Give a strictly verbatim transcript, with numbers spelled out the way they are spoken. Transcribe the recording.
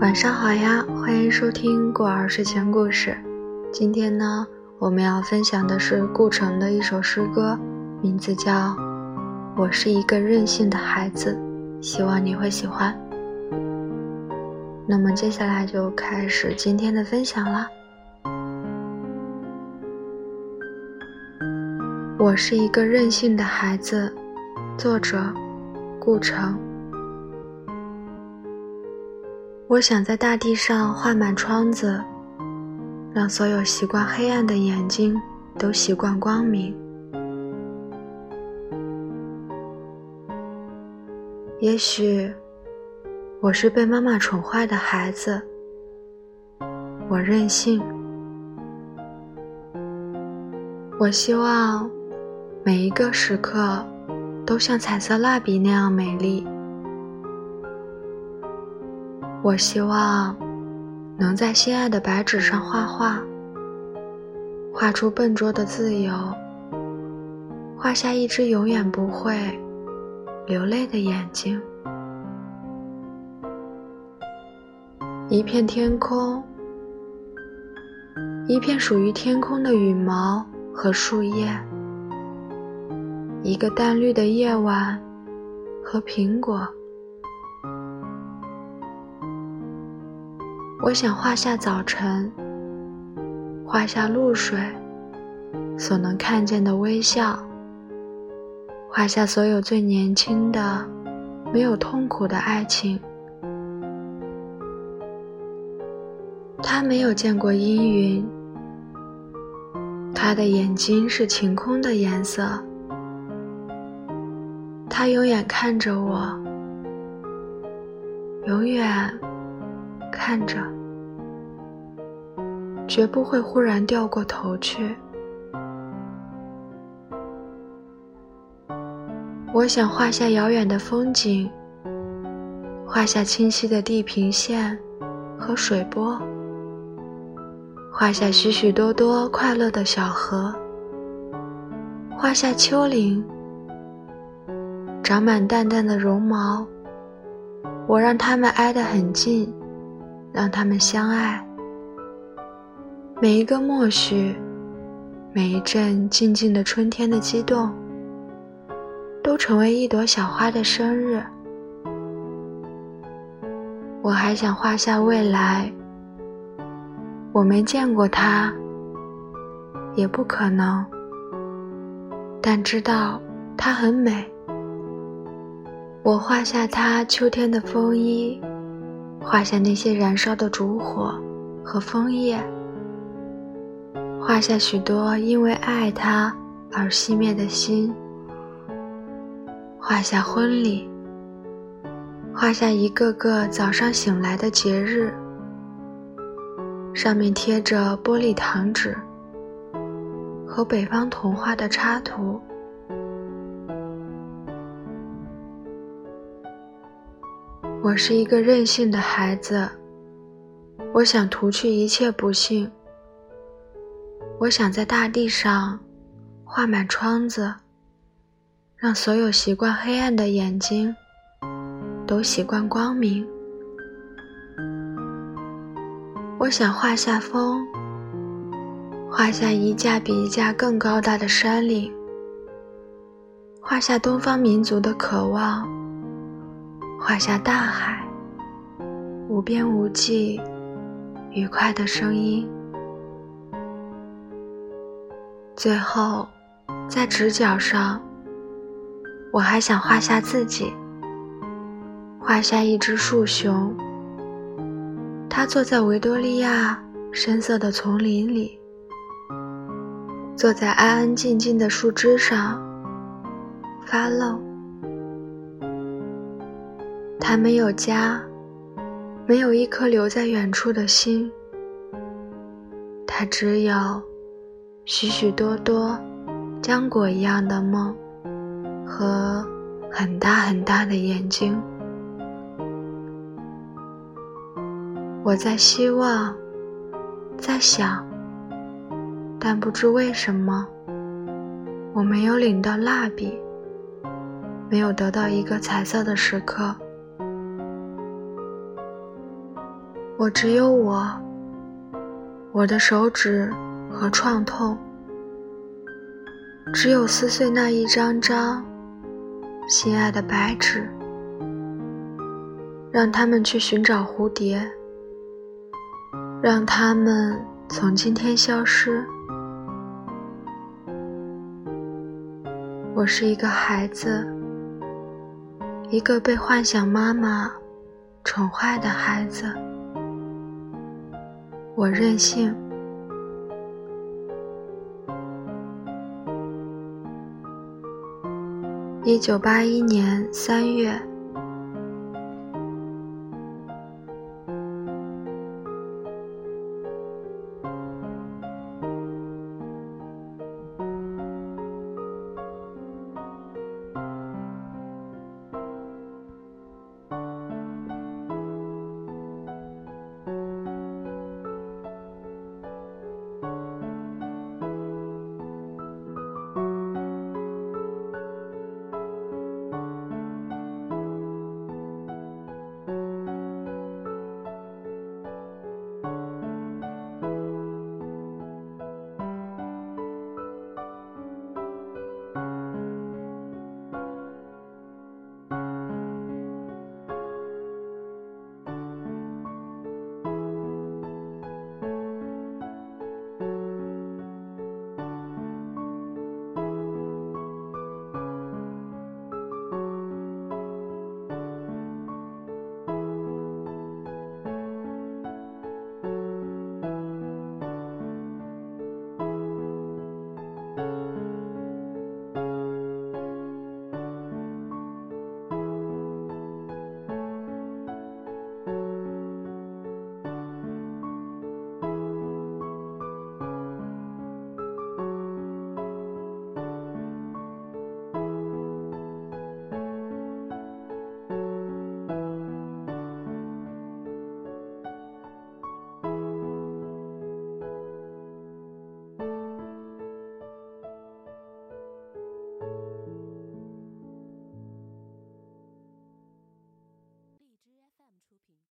晚上好呀，欢迎收听过儿睡前故事。今天呢，我们要分享的是顾城的一首诗歌，名字叫《我是一个任性的孩子》，希望你会喜欢。那么接下来就开始今天的分享啦。我是一个任性的孩子，作者顾城。我想在大地上画满窗子，让所有习惯黑暗的眼睛都习惯光明。也许我是被妈妈宠坏的孩子，我任性。我希望每一个时刻都像彩色蜡笔那样美丽。我希望能在心爱的白纸上画画，画出笨拙的自由，画下一只永远不会流泪的眼睛。一片天空，一片属于天空的羽毛和树叶，一个淡绿的夜晚和苹果。我想画下早晨，画下露水所能看见的微笑，画下所有最年轻的没有痛苦的爱情。他没有见过阴云，他的眼睛是晴空的颜色，他永远看着我，永远看着，绝不会忽然掉过头去。我想画下遥远的风景，画下清晰的地平线和水波，画下许许多多快乐的小河，画下丘陵，长满淡淡的绒毛，我让它们挨得很近，让它们相爱。每一个默许，每一阵静静的春天的激动，都成为一朵小花的生日。我还想画下未来，我没见过它，也不可能，但知道它很美。我画下它秋天的风衣，画下那些燃烧的烛火和枫叶，画下许多因为爱它而熄灭的心，画下婚礼，画下一个个早上醒来的节日，上面贴着玻璃糖纸和北方童话的插图。我是一个任性的孩子，我想涂去一切不幸。我想在大地上画满窗子，让所有习惯黑暗的眼睛都习惯光明。我想画下风，画下一架比一架更高大的山岭，画下东方民族的渴望，画下大海，无边无际，愉快的声音。最后，在直角上，我还想画下自己，画下一只树熊，它坐在维多利亚深色的丛林里，坐在安安静静的树枝上发愣。它没有家，没有一颗留在远处的心，它只有许许多多浆果一样的梦和很大很大的眼睛。我在希望，在想，但不知为什么，我没有领到蜡笔，没有得到一个彩色的时刻。 我只有我，我的手指和创痛，只有撕碎那一张张心爱的白纸，让他们去寻找蝴蝶，让他们从今天消失。我是一个孩子，一个被幻想妈妈宠坏的孩子。我任性。一九八一年三月。